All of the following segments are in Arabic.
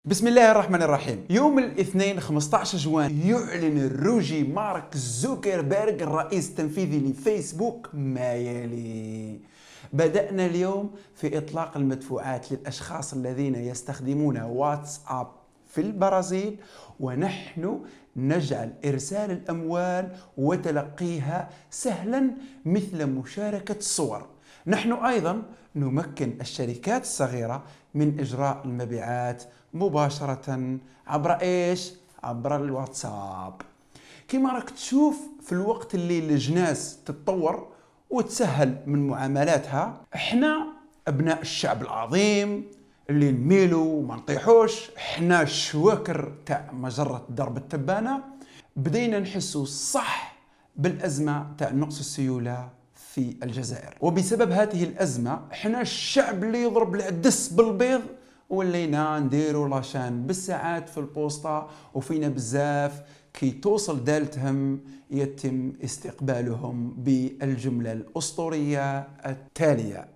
بسم الله الرحمن الرحيم. يوم الاثنين 15 جوان يعلن الروجي مارك زوكربيرغ الرئيس التنفيذي لفيسبوك ما يلي: بدأنا اليوم في إطلاق المدفوعات للأشخاص الذين يستخدمون واتساب في البرازيل، ونحن نجعل إرسال الأموال وتلقيها سهلا مثل مشاركة الصور. نحن أيضا نمكن الشركات الصغيرة من إجراء المبيعات مباشرة عبر إيش؟ عبر الواتساب. كما راك تشوف في الوقت اللي الجناس تتطور وتسهل من معاملاتها، احنا أبناء الشعب العظيم اللي نميلو وما نطيحوش، احنا الشواكر تاع مجرة درب التبانة، بدينا نحسو صح بالأزمة تاع نقص السيولة في الجزائر. وبسبب هذه الأزمة احنا الشعب اللي يضرب العدس بالبيض ولينا نديرو لاشان بالساعات في البوسطة، وفينا بزاف كي توصل دالتهم يتم استقبالهم بالجملة الأسطورية التالية: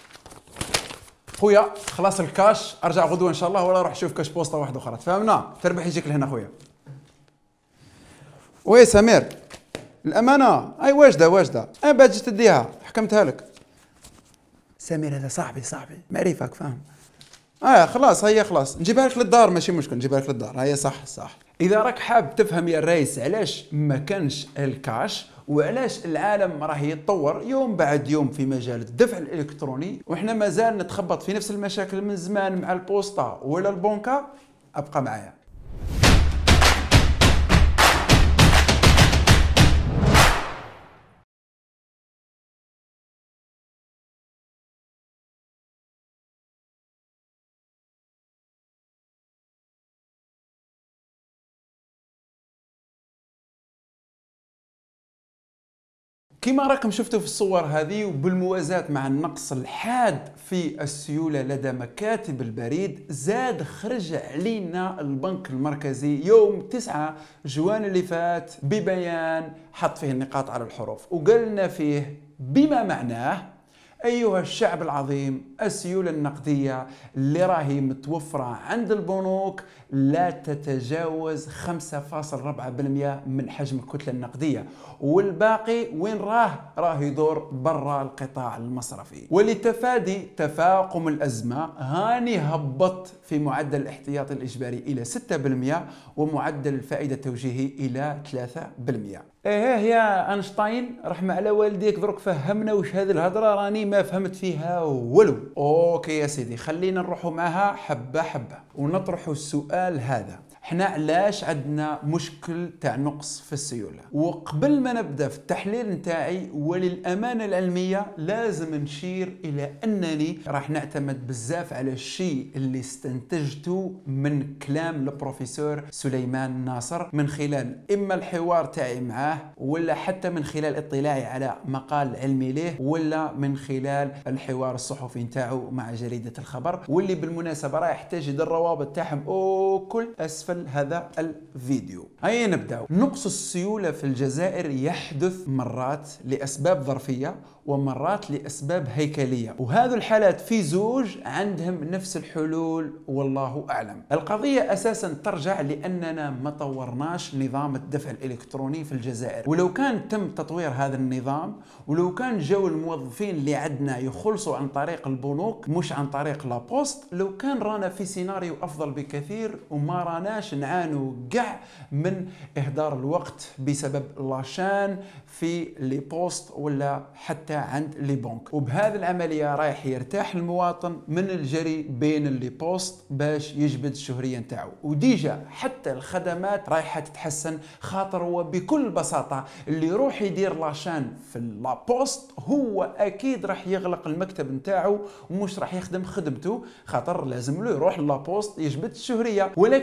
خويا خلاص الكاش، ارجع غدوة ان شاء الله، ولا روح شوف كاش بوسطة واحدة اخرى، تفهمنا؟ تربح يجيك لهنا خويا. وي سمير الأمانة أي واجدة أنا بعد جيت تديها حكمتها لك. سمير هذا صاحبي معرفك فاهم. خلاص هي خلاص نجيبها لك للدار، ماشي مشكل نجيبها لك للدار، هي صح. إذا راك حاب تفهم يا الرئيس علاش ما كانش الكاش وعلاش العالم راه يتطور يوم بعد يوم في مجال الدفع الإلكتروني، وإحنا مازال نتخبط في نفس المشاكل من زمان مع البوسطة ولا البنكة، أبقى معايا. كما راكم شفتوا في الصور هذه، وبالموازاة مع النقص الحاد في السيولة لدى مكاتب البريد، زاد خرج علينا البنك المركزي يوم 9 جوان اللي فات ببيان حط فيه النقاط على الحروف، وقالنا فيه بما معناه: أيها الشعب العظيم، السيولة النقدية اللي راهي متوفرة عند البنوك لا تتجاوز 5.4% من حجم الكتلة النقدية، والباقي وين راه يدور برا القطاع المصرفي. ولتفادي تفاقم الأزمة هاني هبط في معدل الاحتياطي الإجباري إلى 6% ومعدل الفائدة التوجيهي إلى 3%. يا أينشتاين رحمة على والديك، دروك فهمنا وش هذه الهضرة، راني ما فهمت فيها ولو. اوكي يا سيدي، خلينا نروحوا معها حبة حبة ونطرحوا السؤال هذا: احنا علاش عندنا مشكل تاع نقص في السيولة؟ وقبل ما نبدا في التحليل نتاعي وللأمانة العلمية لازم نشير إلى أنني راح نعتمد بزاف على الشيء اللي استنتجته من كلام البروفيسور سليمان ناصر، من خلال إما الحوار تاعي معاه، ولا حتى من خلال اطلاعي على مقال علمي له، ولا من خلال الحوار الصحفي نتاعو مع جريدة الخبر، واللي بالمناسبة راح تجد الروابط تاعهم كل أسفل هذا الفيديو. هيا نبدأ. نقص السيولة في الجزائر يحدث مرات لأسباب ظرفية ومرات لأسباب هيكلية، وهذه الحالات في زوج عندهم نفس الحلول والله أعلم. القضية أساسا ترجع لأننا ما طورناش نظام الدفع الإلكتروني في الجزائر، ولو كان تم تطوير هذا النظام، ولو كان جو الموظفين اللي عندنا يخلصوا عن طريق البنوك مش عن طريق لابوست، لو كان رانا في سيناريو أفضل بكثير وما راناش نعانوا قع من إهدار الوقت بسبب لاشان في لي بوست ولا حتى عند لي بنك. وبهذه العملية رايح يرتاح المواطن من الجري بين اللي بوست باش يجبد الشهرية نتاعو، وديجا حتى الخدمات رايحة تتحسن، خاطر هو بكل بساطة اللي يروح يدير لاشان في لابوست هو أكيد راح يغلق المكتب نتاعو ومش راح يخدم خدمته، خاطر لازم له يروح لابوست يجبد الشهرية. ولك أن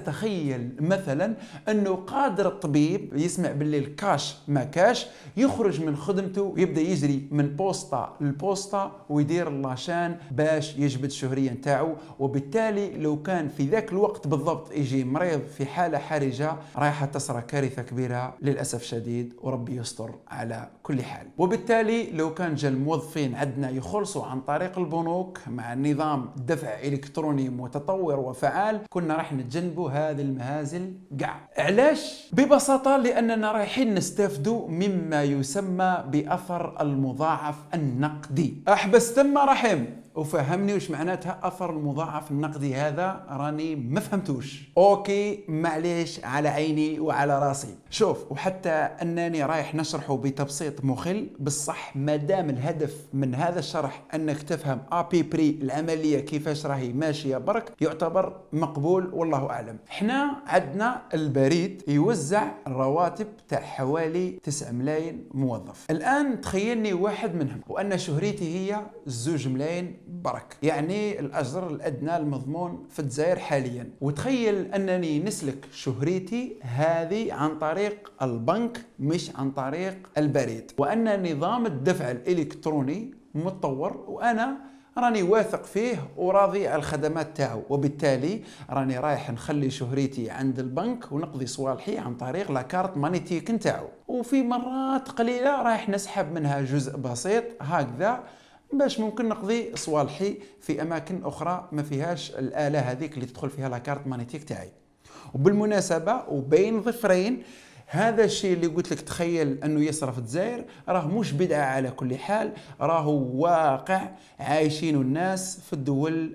نتخيل مثلا انه قادر الطبيب يسمع باللي الكاش ما كاش، يخرج من خدمته ويبدا يجري من بوسطه للبوسطه ويدير اللاشان باش يجبد الشهريه نتاعو، وبالتالي لو كان في ذاك الوقت بالضبط يجي مريض في حاله حرجه رايحه تصرى كارثه كبيره للاسف شديد، وربي يستر على كل حال. وبالتالي لو كان جا الموظفين عندنا يخلصوا عن طريق البنوك مع نظام دفع الكتروني متطور وفعال، كنا راح نتجنبوا هذه المهازل كاع. علاش؟ ببساطه لاننا رايحين نستافدوا مما يسمى باثر المضاعف النقدي. احبس تم رحم وفهمني وش معناتها اثر المضاعف النقدي هذا، راني ما فهمتوش. اوكي معليش، على عيني وعلى راسي. شوف، وحتى انني رايح نشرحه بتبسيط مخل، بالصح ما دام الهدف من هذا الشرح انك تفهم ابي بري العمليه كيفاش راهي ماشيه برك، يعتبر مقبول والله اعلم. احنا عندنا البريد يوزع الرواتب تاع حوالي 9 ملايين موظف. الان تخيلني واحد منهم وان شهريتي هي 2 ملايين برك، يعني الاجر الادنى المضمون في الجزائر حاليا. وتخيل انني نسلك شهريتي هذه عن طريق البنك مش عن طريق البريد، وان نظام الدفع الالكتروني متطور وانا راني واثق فيه وراضي على الخدمات تاعو، وبالتالي راني رايح نخلي شهريتي عند البنك ونقضي صوالحي عن طريق لاكارت مانيتيك نتاعو، وفي مرات قليله رايح نسحب منها جزء بسيط هكذا باش ممكن نقضي صوالحي في اماكن اخرى ما فيهاش الاله هذيك اللي تدخل فيها لاكارت مانيتيك تاعي. وبالمناسبه وبين ظفرين، هذا الشيء اللي قلت لك تخيل انه يصرى في الجزائر راه مش بدعه على كل حال، راه واقع عايشين الناس في الدول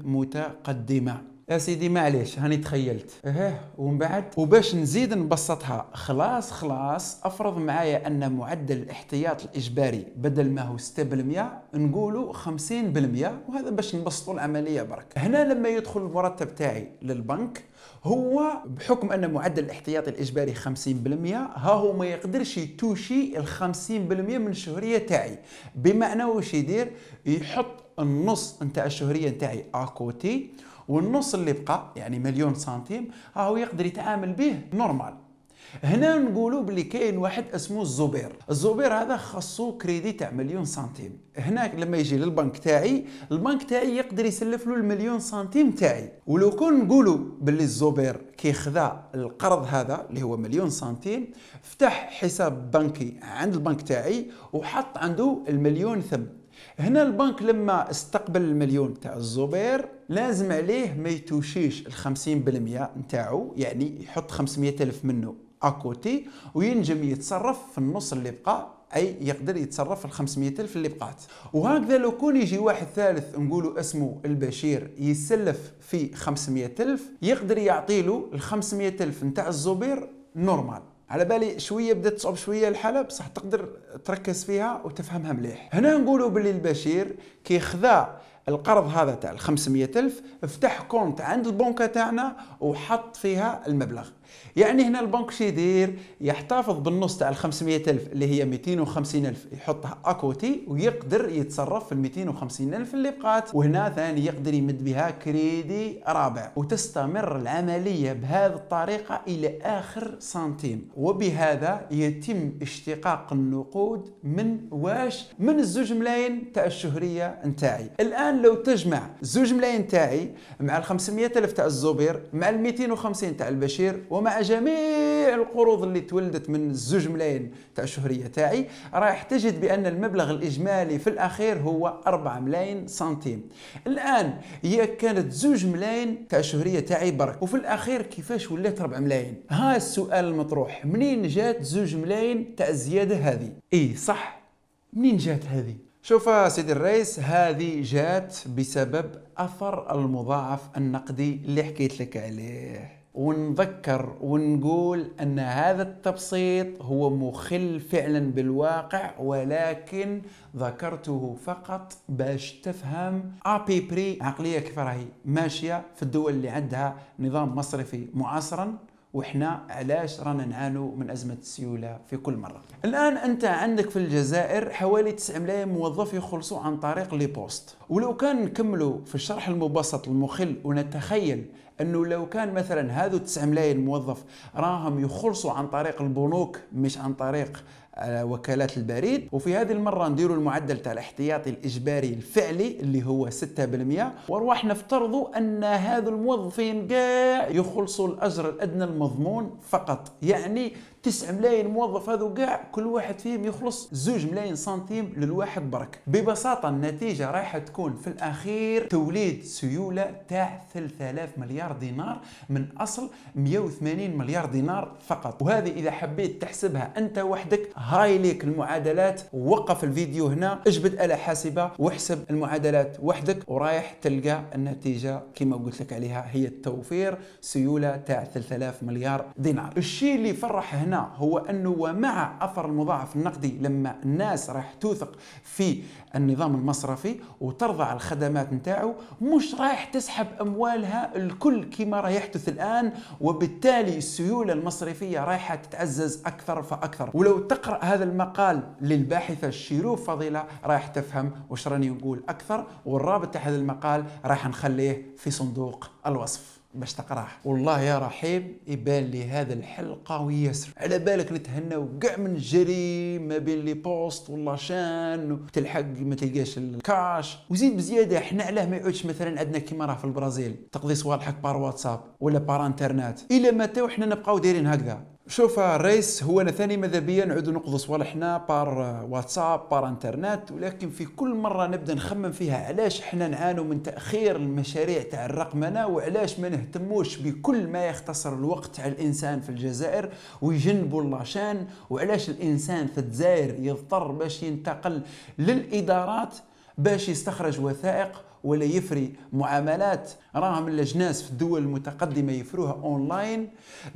المتقدمه. يا سيدي معليش هاني تخيلت ومن بعد، وباش نزيد نبسطها خلاص افرض معايا ان معدل الاحتياط الاجباري بدل ما هو 6% نقولوا 50%، وهذا باش نبسطوا العمليه برك. هنا لما يدخل المرتب تاعي للبنك، هو بحكم ان معدل الاحتياطي الاجباري 50%، ها هو ما يقدرش يتوشي ال 50% من الشهريه تاعي. بمعنى واش يدير؟ يحط النص نتاع الشهريه نتاعي اكوتي، والنص اللي بقى يعني مليون سنتيم هو يقدر يتعامل به نورمال. هنا نقولوا بلي كاين واحد اسمه الزوبير هذا خاصو كريدي تاع مليون سنتيم. هناك لما يجي للبنك تاعي، البنك تاعي يقدر يسلف له المليون سنتيم تاعي. ولو كون نقولوا بلي الزوبير كي خذا القرض هذا اللي هو مليون سنتيم، فتح حساب بنكي عند البنك تاعي وحط عنده المليون ثم، هنا البنك لما استقبل المليون تاع الزوبير لازم عليه ما يتوشيش ال 50% نتاعو، يعني يحط 500 ألف منه اكوتي وينجم يتصرف في النص اللي بقى، اي يقدر يتصرف في ال 500 ألف اللي بقات. وهكذا لو كون يجي واحد ثالث نقولوا اسمه البشير يسلف في 500 ألف، يقدر يعطيله ال 500 ألف نتاع الزوبير نورمال. على بالي شويه بدات تصعب شويه الحاله، بصح تقدر تركز فيها وتفهمها مليح. هنا نقولوا باللي البشير كي خذا القرض هذا تاع ال 500 ألف، فتح كونت عند البنكه تاعنا وحط فيها المبلغ. يعني هنا البنك شي يدير؟ يحتفظ بالنص تاع ال 500 ألف اللي هي 250 ألف يحطها اكوتي، ويقدر يتصرف في ال 250 ألف اللي بقات، وهنا ثاني يقدر يمد بها كريدي رابع، وتستمر العمليه بهذه الطريقه الى اخر سنتيم. وبهذا يتم اشتقاق النقود من واش؟ من ال2 ملايين تاع الشهريه نتاعي. الان لو تجمع 2 ملايين تاعي مع ال 500 ألف تاع الزوبير مع ال 250 تاع البشير ومع جميع القروض اللي تولدت من 2 ملايين تاع الشهريه تاعي، راح تجد بان المبلغ الاجمالي في الاخير هو 4 ملايين سنتيم. الان هي كانت 2 ملايين تاع الشهريه تاعي برك، وفي الاخير كيفاش ولات 4 ملايين؟ ها السؤال المطروح، منين جات 2 ملايين تاع الزياده هذه؟ اي صح، منين جات هذه؟ شوف سيدي الرئيس، هذه جات بسبب اثر المضاعف النقدي اللي حكيت لك عليه. ونذكر ونقول أن هذا التبسيط هو مخل فعلا بالواقع، ولكن ذكرته فقط باش تفهم أبي بري عقلية كيف راهي ماشية في الدول اللي عندها نظام مصرفي معاصرا، وإحنا علاش رانا نعانوا من أزمة السيولة في كل مرة. الآن أنت عندك في الجزائر حوالي 9 ملايين موظف يخلصوا عن طريق لي بوست، ولو كان نكملوا في الشرح المبسط المخل ونتخيل انه لو كان مثلا هذو 9 ملايين موظف راهم يخلصوا عن طريق البنوك مش عن طريق وكالات البريد، وفي هذه المرة نديروا المعدل تاع الاحتياطي الإجباري الفعلي اللي هو 6%، وارواح نفترضوا أن هذو الموظفين كاع يخلصوا الأجر الأدنى المضمون فقط. يعني 9 ملايين موظف هذو كاع كل واحد فيهم يخلص 2 ملايين سنتيم للواحد برك. ببساطة النتيجة رايحة تكون في الأخير توليد سيولة تاع 3000 مليار دينار من أصل 180 مليار دينار فقط. وهذه إذا حبيت تحسبها أنت وحدك، هاي ليك المعادلات، وقف الفيديو هنا، اجبد آلة حاسبة واحسب المعادلات وحدك، ورايح تلقى النتيجة كما قلت لك عليها، هي التوفير سيولة تاع 3000 مليار دينار. الشيء اللي فرح هنا هو أنه ومع أثر المضاعف النقدي لما الناس راح توثق في النظام المصرفي وترضى على الخدمات نتاعو، مش رايح تسحب أموالها الكل كما راح يحدث الآن، وبالتالي السيولة المصرفية رايحة تتعزز أكثر فأكثر. ولو تقرأ هذا المقال للباحثة شيروف فضيلة رايح تفهم وش راني نقول أكثر، والرابط تاع هذا المقال راح نخليه في صندوق الوصف باش تقراه. والله يا رحيم يبان لي هذا الحل قوي ياسر، على بالك نتهنى وكاع من الجري ما بين لي بوست والله شان وتلحق ما تلقاش الكاش. وزيد بزياده احنا علاه ما يعودش مثلا عندنا كيما راه في البرازيل تقضي صوالحك بار واتساب ولا بار انترنت، الى متى وحنا نبقاو دايرين هكذا؟ شوف الرئيس، هو انا ثاني ماذا بيا نعودوا نقضوا صوالحنا بار واتساب بار انترنت، ولكن في كل مره نبدا نخمم فيها علاش احنا نعانوا من تاخير المشاريع تاع الرقمنه، وعلاش ما نهتموش بكل ما يختصر الوقت تاع الانسان في الجزائر ويجنبوا اللاشان، وعلاش الانسان في الجزائر يضطر باش ينتقل للادارات باش يستخرج وثائق ولا يفري معاملات راهم الاجناس في الدول المتقدمه يفروها اونلاين.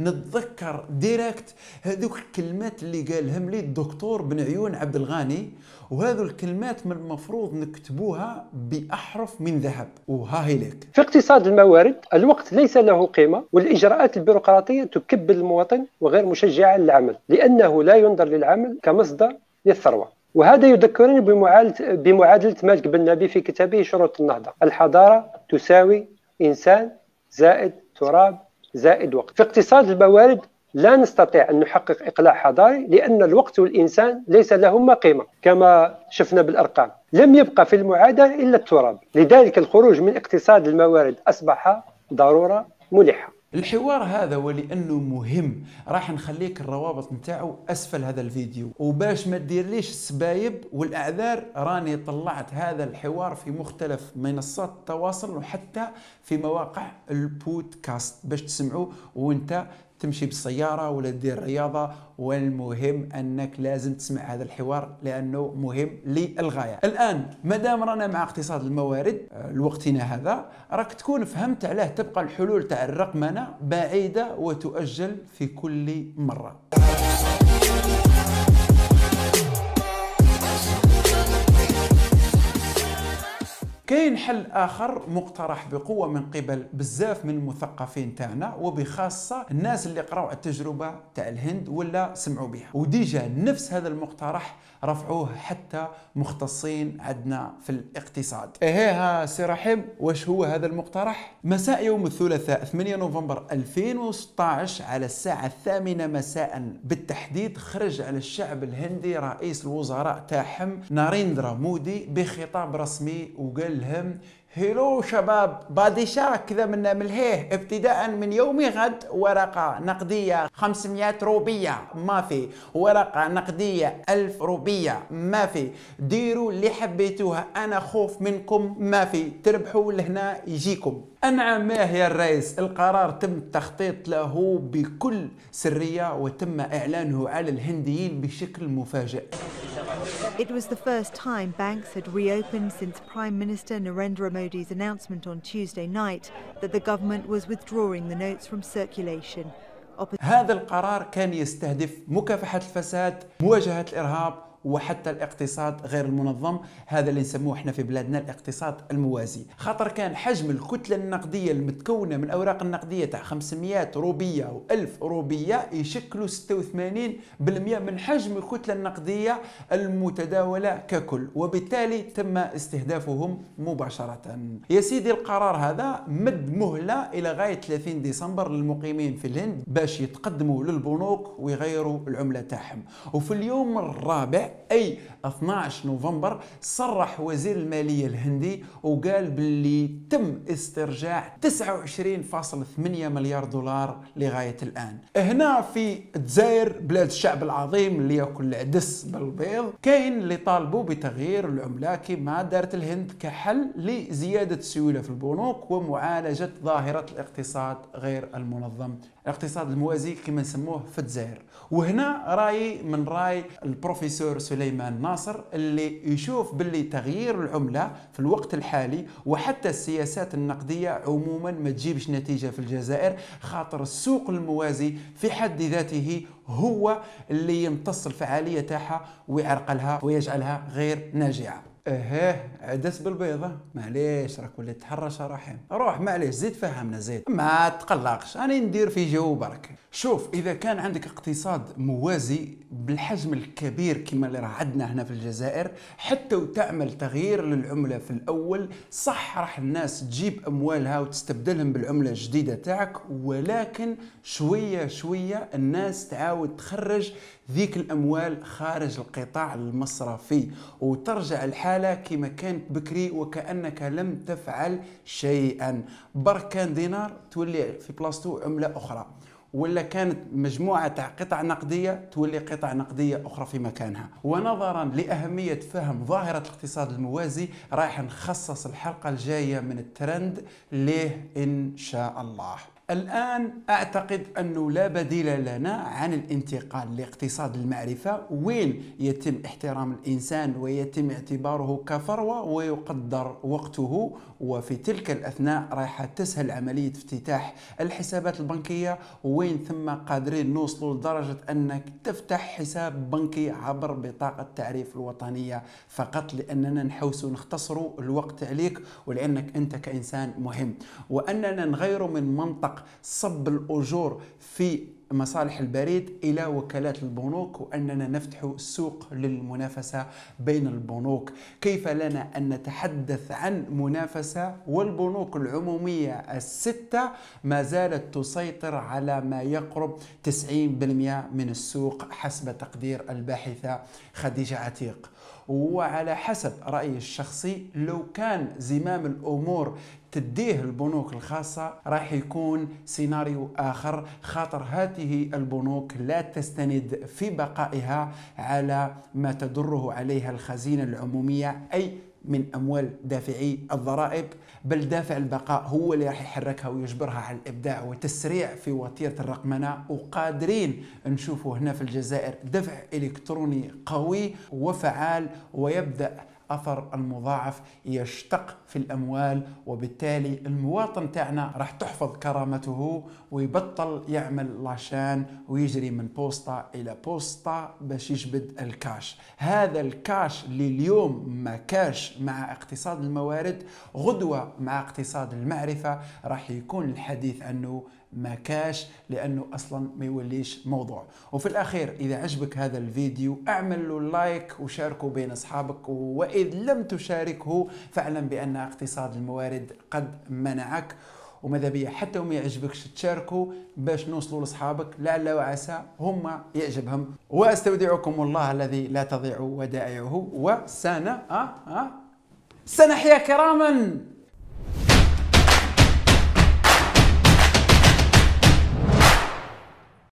نتذكر ديريكت هذوك الكلمات اللي قالهم لي الدكتور بن عيون عبد الغاني، وهذو الكلمات من المفروض نكتبوها باحرف من ذهب، وها هي لك. في اقتصاد الموارد الوقت ليس له قيمه، والاجراءات البيروقراطيه تكبل المواطن وغير مشجعه للعمل، لانه لا ينظر للعمل كمصدر للثروه. وهذا يذكرني بمعادلة مالك بن نبي في كتابه شروط النهضة: الحضارة تساوي إنسان زائد تراب زائد وقت. في اقتصاد الموارد لا نستطيع أن نحقق إقلاع حضاري، لأن الوقت والإنسان ليس لهما قيمة كما شفنا بالأرقام. لم يبقى في المعادلة إلا التراب، لذلك الخروج من اقتصاد الموارد أصبح ضرورة ملحة. الحوار هذا ولانه مهم راح نخليك الروابط نتاعو اسفل هذا الفيديو، وباش ما تديرليش السبايب والاعذار راني طلعت هذا الحوار في مختلف منصات التواصل وحتى في مواقع البودكاست باش تسمعوه وانت تمشي بالسيارة ولا تدير رياضة. والمهم أنك لازم تسمع هذا الحوار لأنه مهم للغاية. الآن مادام رانا مع اقتصاد الموارد لوقتنا هذا، راك تكون فهمت علاه تبقى الحلول تاع الرقمنة بعيدة وتؤجل في كل مرة. كاين حل اخر مقترح بقوه من قبل بزاف من المثقفين تاعنا، وبخاصه الناس اللي قراوا التجربه تاع الهند ولا سمعوا بها، وديجا نفس هذا المقترح رفعوه حتى مختصين عندنا في الاقتصاد. ايه سي رحيم، واش هو هذا المقترح؟ مساء يوم الثلاثاء 8 نوفمبر 2016 على الساعه 8 مساء بالتحديد، خرج على الشعب الهندي رئيس الوزراء تاعهم ناريندرا مودي بخطاب رسمي وقال لهم: هيلو شباب، بادشاه كذا منا ملهيه، ابتداء من يوم غد ورقة نقدية 500 روبية ما في، ورقة نقدية 1000 روبية ما في، ديروا اللي حبيتوها، أنا خوف منكم ما في، تربحوا لهنا يجيكم. أنعم يا الرئيس، القرار تم التخطيط له بكل سرية وتم إعلانه على الهنديين بشكل مفاجئ. It was the first time banks had reopened since Prime Minister Narendra Modi's announcement on Tuesday night that the government was withdrawing the notes from circulation. هذا القرار كان يستهدف مكافحة الفساد، مواجهة الإرهاب، وحتى الاقتصاد غير المنظم، هذا اللي نسموه احنا في بلادنا الاقتصاد الموازي. خاطر كان حجم الكتلة النقدية المتكونة من الأوراق النقدية تاع 500 روبية و 1000 روبية يشكلوا 86% من حجم الكتلة النقدية المتداولة ككل، وبالتالي تم استهدافهم مباشرة. يا سيدي القرار هذا مد مهلة إلى غاية 30 ديسمبر للمقيمين في الهند باش يتقدموا للبنوك ويغيروا العملة تاعهم. وفي اليوم الرابع أي 12 نوفمبر صرح وزير المالية الهندي وقال باللي تم استرجاع 29.8 مليار دولار لغاية الآن. هنا في الجزائر بلاد الشعب العظيم اللي ياكل العدس بالبيض، كاين اللي طالبوا بتغيير العملة كما دارت الهند كحل لزيادة السيولة في البنوك ومعالجة ظاهرة الاقتصاد غير المنظم، الاقتصاد الموازي كما نسموه في الجزائر. وهنا راي من راي البروفيسور سليمان ناصر اللي يشوف باللي تغيير العملة في الوقت الحالي وحتى السياسات النقدية عموما ما تجيبش نتيجة في الجزائر، خاطر السوق الموازي في حد ذاته هو اللي يمتص الفعالية تاعها ويعرقلها ويجعلها غير ناجعة. عدس بالبيضة، معليش راك وليت تحرش رحيم، روح معليش زيد فهمنا زيد، ما تقلقش انا ندير في جو برك. شوف اذا كان عندك اقتصاد موازي بالحجم الكبير كما اللي راه عندنا هنا في الجزائر، حتى وتعمل تغيير للعملة في الاول صح راح الناس تجيب اموالها وتستبدلهم بالعملة الجديدة تاعك، ولكن شوية شوية الناس تعاود تخرج ذيك الاموال خارج القطاع المصرفي وترجع الحالة كما كانت بكري وكأنك لم تفعل شيئا. برك كان دينار تولي في بلاصتو عملة أخرى، ولا كانت مجموعة تاع قطع نقدية تولي قطع نقدية أخرى في مكانها. ونظرا لأهمية فهم ظاهرة الاقتصاد الموازي راح نخصص الحلقة الجاية من الترند ليه إن شاء الله. الآن أعتقد أنه لا بديل لنا عن الانتقال لاقتصاد المعرفة، وين يتم احترام الإنسان ويتم اعتباره كثروة ويقدر وقته، وفي تلك الأثناء راح تسهل عملية افتتاح الحسابات البنكية، وين ثم قادرين نوصلوا لدرجة أنك تفتح حساب بنكي عبر بطاقة التعريف الوطنية فقط، لأننا نحوسوا نختصروا الوقت عليك ولأنك أنت كإنسان مهم، وأننا نغيروا من منطق صب الأجور في مصالح البريد إلى وكالات البنوك، وأننا نفتح السوق للمنافسة بين البنوك. كيف لنا أن نتحدث عن منافسة والبنوك العمومية الستة ما زالت تسيطر على ما يقرب 90% من السوق حسب تقدير الباحثة خديجة عتيق. وعلى حسب رأيي الشخصي لو كان زمام الأمور تديه البنوك الخاصة راح يكون سيناريو آخر، خاطر هذه البنوك لا تستند في بقائها على ما تدره عليها الخزينة العمومية أي من أموال دافعي الضرائب، بل دافع البقاء هو اللي راح يحركها ويجبرها على الإبداع والتسريع في وتيرة الرقمنة. وقادرين نشوفوا هنا في الجزائر دفع إلكتروني قوي وفعال، ويبدأ أثر المضاعف يشتق في الأموال، وبالتالي المواطن تاعنا راح تحفظ كرامته ويبطل يعمل لاشان ويجري من بوسطة إلى بوسطة باش يجبد الكاش. هذا الكاش اللي اليوم ما كاش مع اقتصاد الموارد، غدوة مع اقتصاد المعرفة راح يكون الحديث عنه ما كاش، لأنه أصلا ما يوليش موضوع. وفي الأخير إذا عجبك هذا الفيديو اعمل له لايك وشاركه بين أصحابك، وإذ لم تشاركه فاعلم بأن اقتصاد الموارد قد منعك. وماذا بيا حتى وما يعجبكش تشاركوا باش نوصلوا لاصحابك لعل وعسى هم يعجبهم. واستودعكم الله الذي لا تضيع ودائعه، وسنحيا كراما.